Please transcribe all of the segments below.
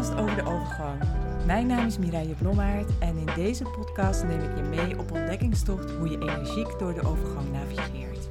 podcast over de overgang. Mijn naam is Mireille Blommaert en in deze podcast neem ik je mee op ontdekkingstocht hoe je energiek door de overgang navigeert.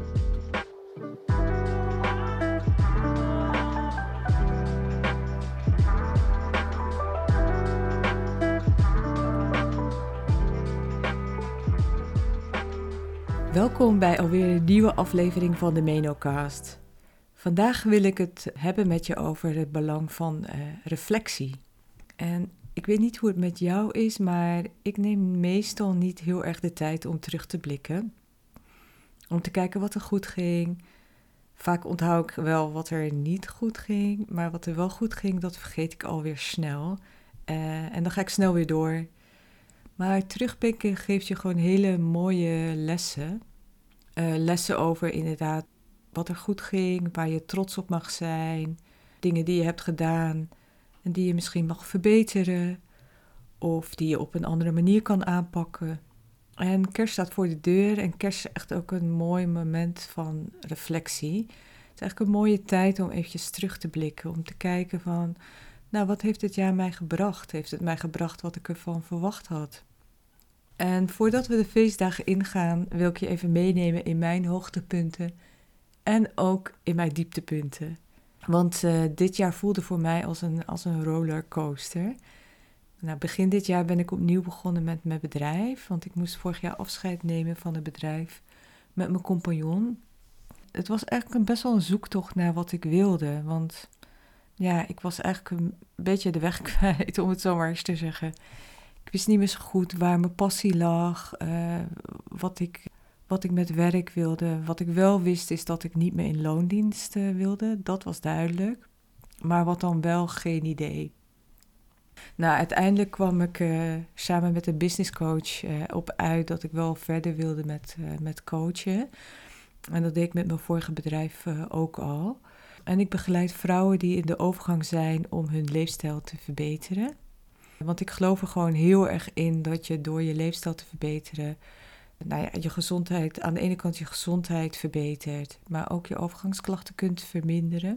Welkom bij alweer een nieuwe aflevering van de Menocast. Vandaag wil ik het hebben met je over het belang van reflectie. En ik weet niet hoe het met jou is, maar ik neem meestal niet heel erg de tijd om terug te blikken. Om te kijken wat er goed ging. Vaak onthoud ik wel wat er niet goed ging, maar wat er wel goed ging, dat vergeet ik alweer snel. En dan ga ik snel weer door. Maar terugblikken geeft je gewoon hele mooie lessen. Lessen over inderdaad wat er goed ging, waar je trots op mag zijn, dingen die je hebt gedaan en die je misschien mag verbeteren of die je op een andere manier kan aanpakken. En kerst staat voor de deur en kerst is echt ook een mooi moment van reflectie. Het is eigenlijk een mooie tijd om eventjes terug te blikken, om te kijken van, nou, wat heeft dit jaar mij gebracht? Heeft het mij gebracht wat ik ervan verwacht had? En voordat we de feestdagen ingaan, wil ik je even meenemen in mijn hoogtepunten en ook in mijn dieptepunten. Want dit jaar voelde voor mij als een rollercoaster. Nou, begin dit jaar ben ik opnieuw begonnen met mijn bedrijf, want ik moest vorig jaar afscheid nemen van het bedrijf met mijn compagnon. Het was eigenlijk best wel een zoektocht naar wat ik wilde, want ja, ik was eigenlijk een beetje de weg kwijt, om het zo maar eens te zeggen. Ik wist niet meer zo goed waar mijn passie lag, wat ik met werk wilde. Wat ik wel wist is dat ik niet meer in loondienst wilde. Dat was duidelijk. Maar wat dan wel, geen idee. Nou, uiteindelijk kwam ik samen met een businesscoach op uit dat ik wel verder wilde met coachen. En dat deed ik met mijn vorige bedrijf ook al. En ik begeleid vrouwen die in de overgang zijn om hun leefstijl te verbeteren. Want ik geloof er gewoon heel erg in dat je door je leefstijl te verbeteren, nou ja, je gezondheid, aan de ene kant je gezondheid verbetert, maar ook je overgangsklachten kunt verminderen.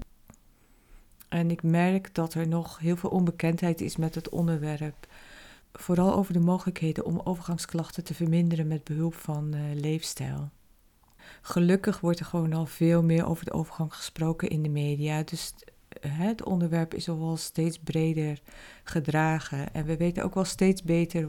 En ik merk dat er nog heel veel onbekendheid is met het onderwerp. Vooral over de mogelijkheden om overgangsklachten te verminderen met behulp van leefstijl. Gelukkig wordt er gewoon al veel meer over de overgang gesproken in de media, dus het onderwerp is al wel steeds breder gedragen. En we weten ook wel steeds beter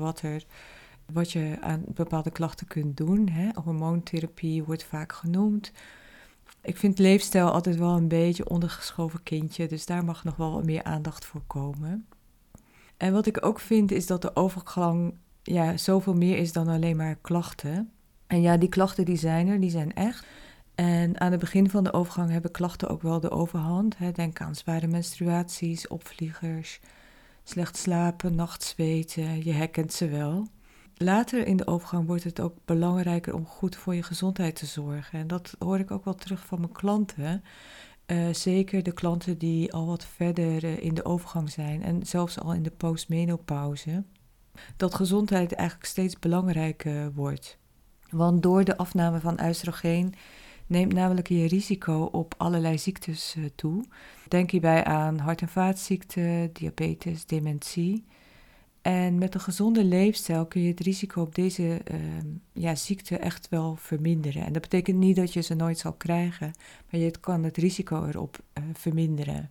wat je aan bepaalde klachten kunt doen. Hormoontherapie wordt vaak genoemd. Ik vind leefstijl altijd wel een beetje ondergeschoven kindje, dus daar mag nog wel wat meer aandacht voor komen. En wat ik ook vind is dat de overgang zoveel meer is dan alleen maar klachten. En ja, die klachten die zijn echt. En aan het begin van de overgang hebben klachten ook wel de overhand. Denk aan zware menstruaties, opvliegers, slecht slapen, nachtzweten, je herkent ze wel. Later in de overgang wordt het ook belangrijker om goed voor je gezondheid te zorgen. En dat hoor ik ook wel terug van mijn klanten. Zeker de klanten die al wat verder in de overgang zijn en zelfs al in de postmenopauze. Dat gezondheid eigenlijk steeds belangrijker wordt. Want door de afname van oestrogeen neemt namelijk je risico op allerlei ziektes toe. Denk hierbij aan hart- en vaatziekten, diabetes, dementie. En met een gezonde leefstijl kun je het risico op deze ziekte echt wel verminderen. En dat betekent niet dat je ze nooit zal krijgen, maar je kan het risico erop verminderen.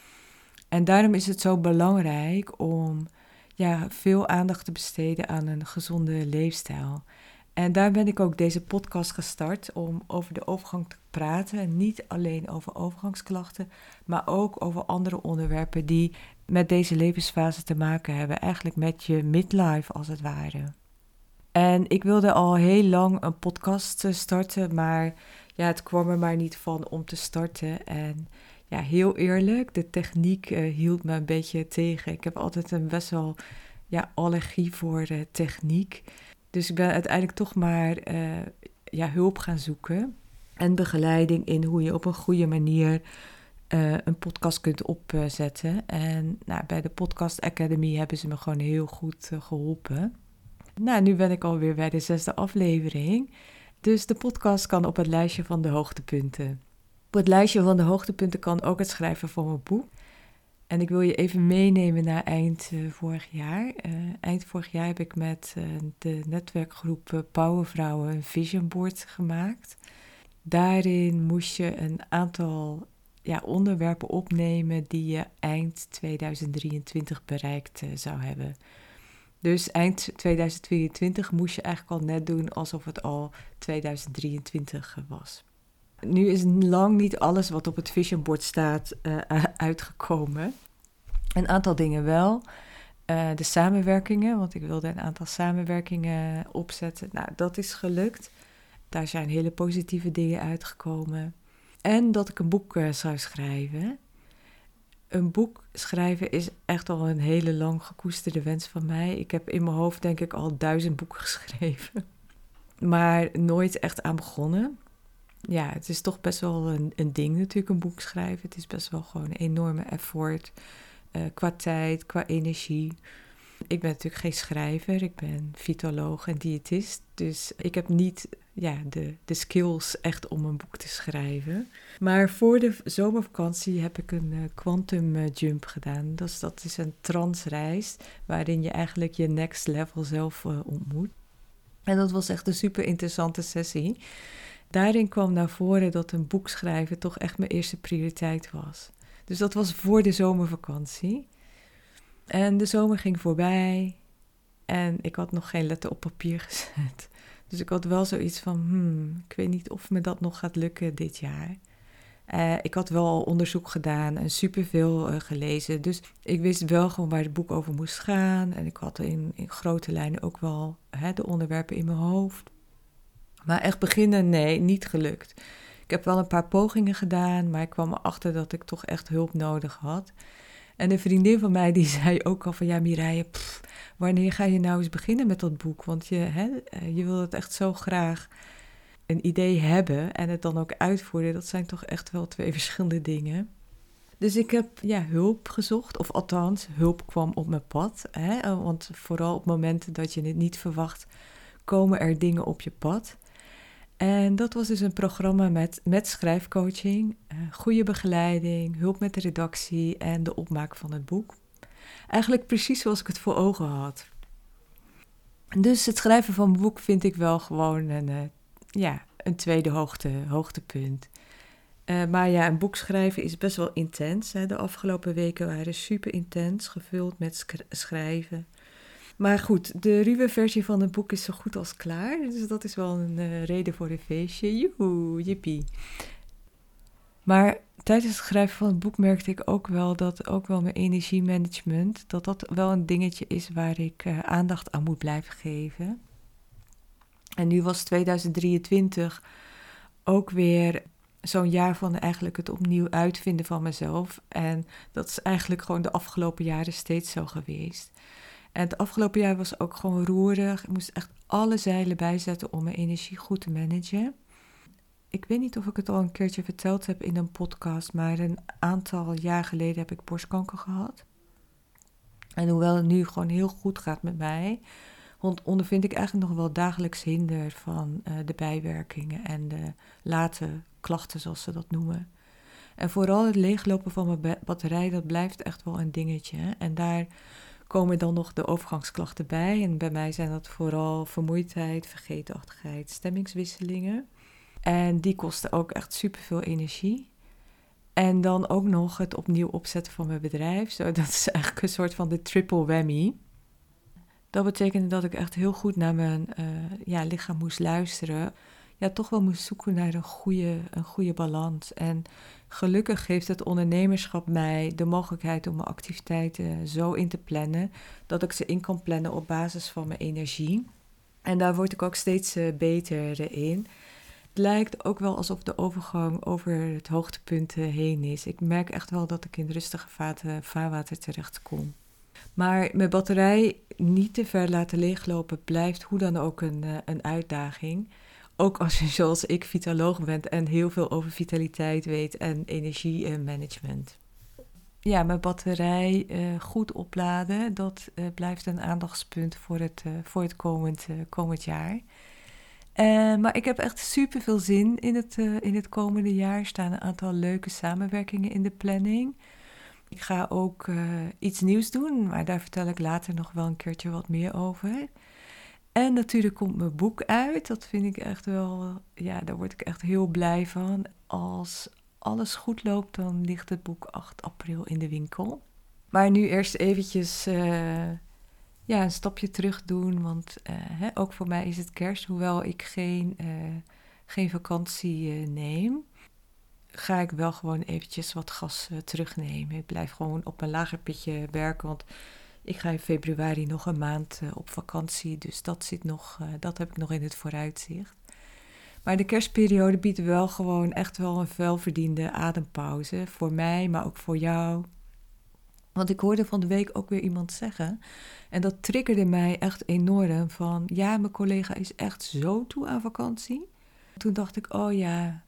En daarom is het zo belangrijk om veel aandacht te besteden aan een gezonde leefstijl. En daar ben ik ook deze podcast gestart om over de overgang te praten. En niet alleen over overgangsklachten, maar ook over andere onderwerpen die met deze levensfase te maken hebben. Eigenlijk met je midlife als het ware. En ik wilde al heel lang een podcast starten, maar het kwam er maar niet van om te starten. En ja, heel eerlijk, de techniek hield me een beetje tegen. Ik heb altijd een best wel allergie voor techniek. Dus ik ben uiteindelijk toch maar hulp gaan zoeken en begeleiding in hoe je op een goede manier een podcast kunt opzetten. En bij de Podcast Academy hebben ze me gewoon heel goed geholpen. Nou, nu ben ik alweer bij de 6e aflevering. Dus de podcast kan op het lijstje van de hoogtepunten. Op het lijstje van de hoogtepunten kan ook het schrijven van mijn boek. En ik wil je even meenemen naar eind vorig jaar. Eind vorig jaar heb ik met de netwerkgroep Powervrouwen een vision board gemaakt. Daarin moest je een aantal onderwerpen opnemen die je eind 2023 bereikt zou hebben. Dus eind 2022 moest je eigenlijk al net doen alsof het al 2023 was. Nu is lang niet alles wat op het vision board staat uitgekomen. Een aantal dingen wel. De samenwerkingen, want ik wilde een aantal samenwerkingen opzetten. Nou, dat is gelukt. Daar zijn hele positieve dingen uitgekomen. En dat ik een boek zou schrijven. Een boek schrijven is echt al een hele lang gekoesterde wens van mij. Ik heb in mijn hoofd denk ik al 1000 boeken geschreven. Maar nooit echt aan begonnen. Ja, het is toch best wel een ding natuurlijk, een boek schrijven. Het is best wel gewoon een enorme effort. Qua tijd, qua energie. Ik ben natuurlijk geen schrijver. Ik ben fytoloog en diëtist. Dus ik heb niet de skills echt om een boek te schrijven. Maar voor de zomervakantie heb ik een quantum jump gedaan. Dus dat is een transreis waarin je eigenlijk je next level zelf ontmoet. En dat was echt een super interessante sessie. Daarin kwam naar voren dat een boek schrijven toch echt mijn eerste prioriteit was. Dus dat was voor de zomervakantie. En de zomer ging voorbij en ik had nog geen letter op papier gezet. Dus ik had wel zoiets van, ik weet niet of me dat nog gaat lukken dit jaar. Ik had wel al onderzoek gedaan en superveel gelezen. Dus ik wist wel gewoon waar het boek over moest gaan. En ik had in grote lijnen ook wel de onderwerpen in mijn hoofd. Maar echt beginnen, nee, niet gelukt. Ik heb wel een paar pogingen gedaan, maar ik kwam erachter dat ik toch echt hulp nodig had. En een vriendin van mij die zei ook al van, ja Mireille, wanneer ga je nou eens beginnen met dat boek? Want je wil het echt zo graag een idee hebben en het dan ook uitvoeren. Dat zijn toch echt wel twee verschillende dingen. Dus ik heb hulp gezocht, of althans hulp kwam op mijn pad. Want vooral op momenten dat je het niet verwacht, komen er dingen op je pad. En dat was dus een programma met schrijfcoaching, goede begeleiding, hulp met de redactie en de opmaak van het boek. Eigenlijk precies zoals ik het voor ogen had. Dus het schrijven van een boek vind ik wel gewoon een tweede hoogtepunt. Maar een boek schrijven is best wel intens. Hè. De afgelopen weken waren super intens, gevuld met schrijven. Maar goed, de ruwe versie van het boek is zo goed als klaar. Dus dat is wel een reden voor een feestje. Joehoe, jippie. Maar tijdens het schrijven van het boek merkte ik ook wel dat ook wel mijn energiemanagement, dat wel een dingetje is waar ik aandacht aan moet blijven geven. En nu was 2023 ook weer zo'n jaar van eigenlijk het opnieuw uitvinden van mezelf. En dat is eigenlijk gewoon de afgelopen jaren steeds zo geweest. En het afgelopen jaar was ook gewoon roerig. Ik moest echt alle zeilen bijzetten om mijn energie goed te managen. Ik weet niet of ik het al een keertje verteld heb in een podcast, maar een aantal jaar geleden heb ik borstkanker gehad. En hoewel het nu gewoon heel goed gaat met mij, ondervind ik eigenlijk nog wel dagelijks hinder van de bijwerkingen en de late klachten, zoals ze dat noemen. En vooral het leeglopen van mijn batterij, dat blijft echt wel een dingetje. En daar komen dan nog de overgangsklachten bij. En bij mij zijn dat vooral vermoeidheid, vergeetachtigheid, stemmingswisselingen. En die kosten ook echt superveel energie. En dan ook nog het opnieuw opzetten van mijn bedrijf. Zo, dat is eigenlijk een soort van de triple whammy. Dat betekende dat ik echt heel goed naar mijn lichaam moest luisteren. Ja, toch wel moest zoeken naar een goede balans. En gelukkig geeft het ondernemerschap mij de mogelijkheid om mijn activiteiten zo in te plannen dat ik ze in kan plannen op basis van mijn energie. En daar word ik ook steeds beter in. Het lijkt ook wel alsof de overgang over het hoogtepunt heen is. Ik merk echt wel dat ik in rustige vaarwater terecht kom. Maar mijn batterij niet te ver laten leeglopen blijft hoe dan ook een uitdaging. Ook als je zoals ik vitaloog bent en heel veel over vitaliteit weet en energiemanagement. Ja, mijn batterij goed opladen, dat blijft een aandachtspunt voor het komend jaar. Maar ik heb echt super veel zin in het komende jaar. Er staan een aantal leuke samenwerkingen in de planning. Ik ga ook iets nieuws doen, maar daar vertel ik later nog wel een keertje wat meer over. En natuurlijk komt mijn boek uit. Dat vind ik echt wel, ja, daar word ik echt heel blij van. Als alles goed loopt, dan ligt het boek 8 april in de winkel. Maar nu eerst eventjes een stapje terug doen, want ook voor mij is het kerst. Hoewel ik geen vakantie neem, ga ik wel gewoon eventjes wat gas terugnemen. Ik blijf gewoon op een lager pitje werken, want ik ga in februari nog een maand op vakantie. Dus dat heb ik nog in het vooruitzicht. Maar de kerstperiode biedt wel gewoon echt wel een welverdiende adempauze. Voor mij, maar ook voor jou. Want ik hoorde van de week ook weer iemand zeggen, en dat triggerde mij echt enorm, van ja, mijn collega is echt zo toe aan vakantie. Toen dacht ik, oh ja,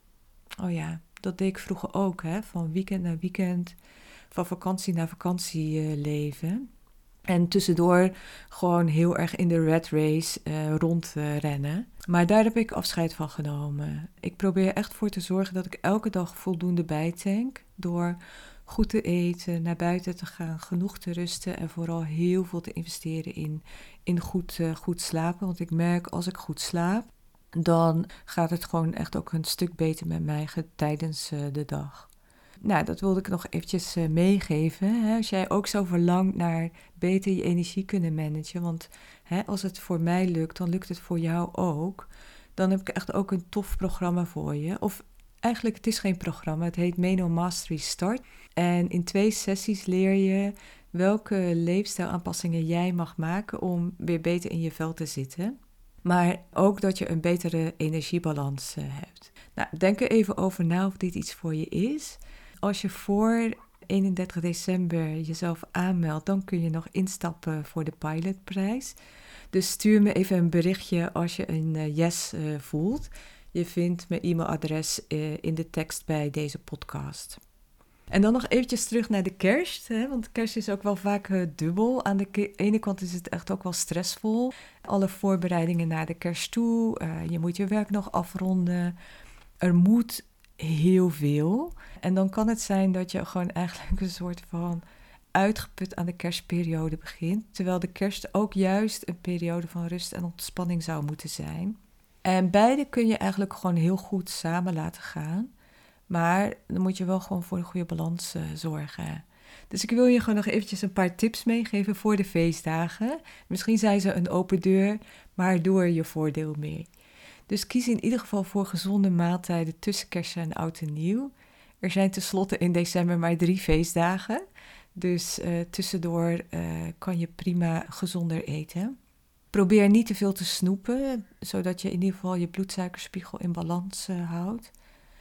dat deed ik vroeger ook, van weekend naar weekend, van vakantie naar vakantie leven. En tussendoor gewoon heel erg in de rat race rondrennen. Maar daar heb ik afscheid van genomen. Ik probeer echt voor te zorgen dat ik elke dag voldoende bijtank, door goed te eten, naar buiten te gaan, genoeg te rusten en vooral heel veel te investeren in goed slapen. Want ik merk, als ik goed slaap, dan gaat het gewoon echt ook een stuk beter met mij tijdens de dag. Nou, dat wilde ik nog eventjes meegeven. Als jij ook zo verlangt naar beter je energie kunnen managen, want als het voor mij lukt, dan lukt het voor jou ook. Dan heb ik echt ook een tof programma voor je. Of eigenlijk, het is geen programma, het heet Meno Mastery Start. En in 2 sessies leer je welke leefstijlaanpassingen jij mag maken om weer beter in je vel te zitten. Maar ook dat je een betere energiebalans hebt. Nou, denk er even over na of dit iets voor je is. Als je voor 31 december jezelf aanmeldt, dan kun je nog instappen voor de pilotprijs. Dus stuur me even een berichtje als je een yes voelt. Je vindt mijn e-mailadres in de tekst bij deze podcast. En dan nog eventjes terug naar de kerst. Want kerst is ook wel vaak dubbel. Aan de ene kant is het echt ook wel stressvol. Alle voorbereidingen naar de kerst toe. Je moet je werk nog afronden. Er moet heel veel. En dan kan het zijn dat je gewoon eigenlijk een soort van uitgeput aan de kerstperiode begint. Terwijl de kerst ook juist een periode van rust en ontspanning zou moeten zijn. En beide kun je eigenlijk gewoon heel goed samen laten gaan. Maar dan moet je wel gewoon voor een goede balans zorgen. Dus ik wil je gewoon nog eventjes een paar tips meegeven voor de feestdagen. Misschien zijn ze een open deur, maar doe er je voordeel mee. Dus kies in ieder geval voor gezonde maaltijden tussen kerst en oud en nieuw. Er zijn tenslotte in december maar 3 feestdagen. Dus tussendoor kan je prima gezonder eten. Probeer niet te veel te snoepen, zodat je in ieder geval je bloedsuikerspiegel in balans houdt.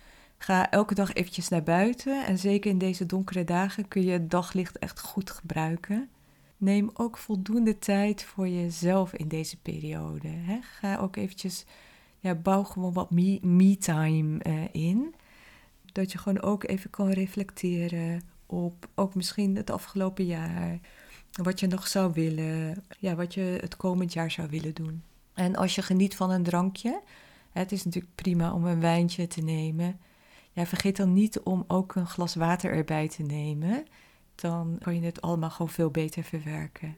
Ga elke dag eventjes naar buiten en zeker in deze donkere dagen kun je het daglicht echt goed gebruiken. Neem ook voldoende tijd voor jezelf in deze periode. Ga ook eventjes, bouw gewoon wat me-time in. Dat je gewoon ook even kan reflecteren op ook misschien het afgelopen jaar. Wat je nog zou willen, wat je het komend jaar zou willen doen. En als je geniet van een drankje, het is natuurlijk prima om een wijntje te nemen. Vergeet dan niet om ook een glas water erbij te nemen. Dan kan je het allemaal gewoon veel beter verwerken.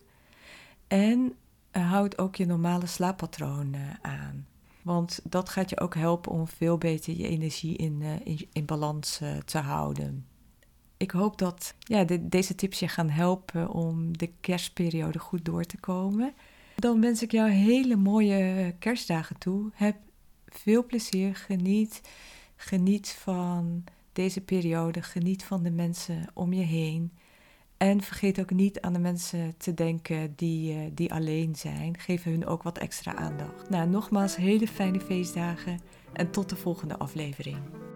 En houd ook je normale slaappatroon aan. Want dat gaat je ook helpen om veel beter je energie in balans te houden. Ik hoop dat deze tips je gaan helpen om de kerstperiode goed door te komen. Dan wens ik jou hele mooie kerstdagen toe. Heb veel plezier, geniet van deze periode, geniet van de mensen om je heen. En vergeet ook niet aan de mensen te denken die alleen zijn. Geef hun ook wat extra aandacht. Nou, nogmaals hele fijne feestdagen en tot de volgende aflevering.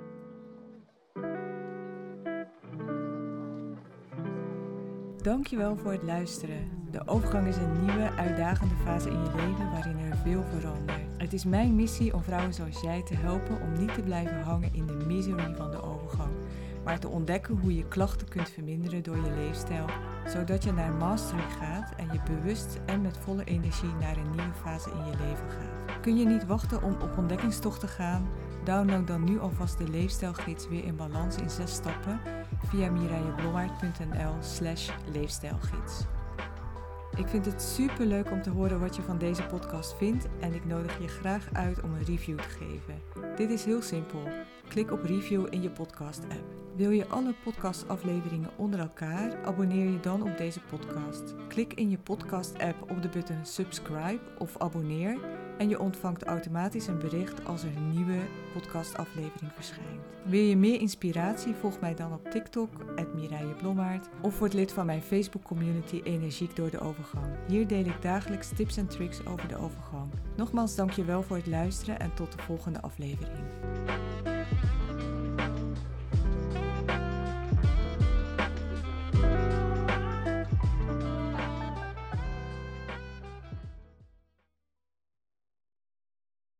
Dankjewel voor het luisteren. De overgang is een nieuwe, uitdagende fase in je leven waarin er veel verandert. Het is mijn missie om vrouwen zoals jij te helpen om niet te blijven hangen in de misery van de overgang, maar te ontdekken hoe je klachten kunt verminderen door je leefstijl, zodat je naar mastery gaat en je bewust en met volle energie naar een nieuwe fase in je leven gaat. Kun je niet wachten om op ontdekkingstocht te gaan? Download dan nu alvast de leefstijlgids Weer in Balans in 6 stappen via mireilleblommaert.nl/leefstijlgids. Ik vind het super leuk om te horen wat je van deze podcast vindt en ik nodig je graag uit om een review te geven. Dit is heel simpel. Klik op review in je podcast-app. Wil je alle podcastafleveringen onder elkaar? Abonneer je dan op deze podcast. Klik in je podcast-app op de button subscribe of abonneer en je ontvangt automatisch een bericht als er een nieuwe podcastaflevering verschijnt. Wil je meer inspiratie? Volg mij dan op TikTok @mireilleblommaert of word lid van mijn Facebook community Energiek door de overgang. Hier deel ik dagelijks tips en tricks over de overgang. Nogmaals dankjewel voor het luisteren en tot de volgende aflevering.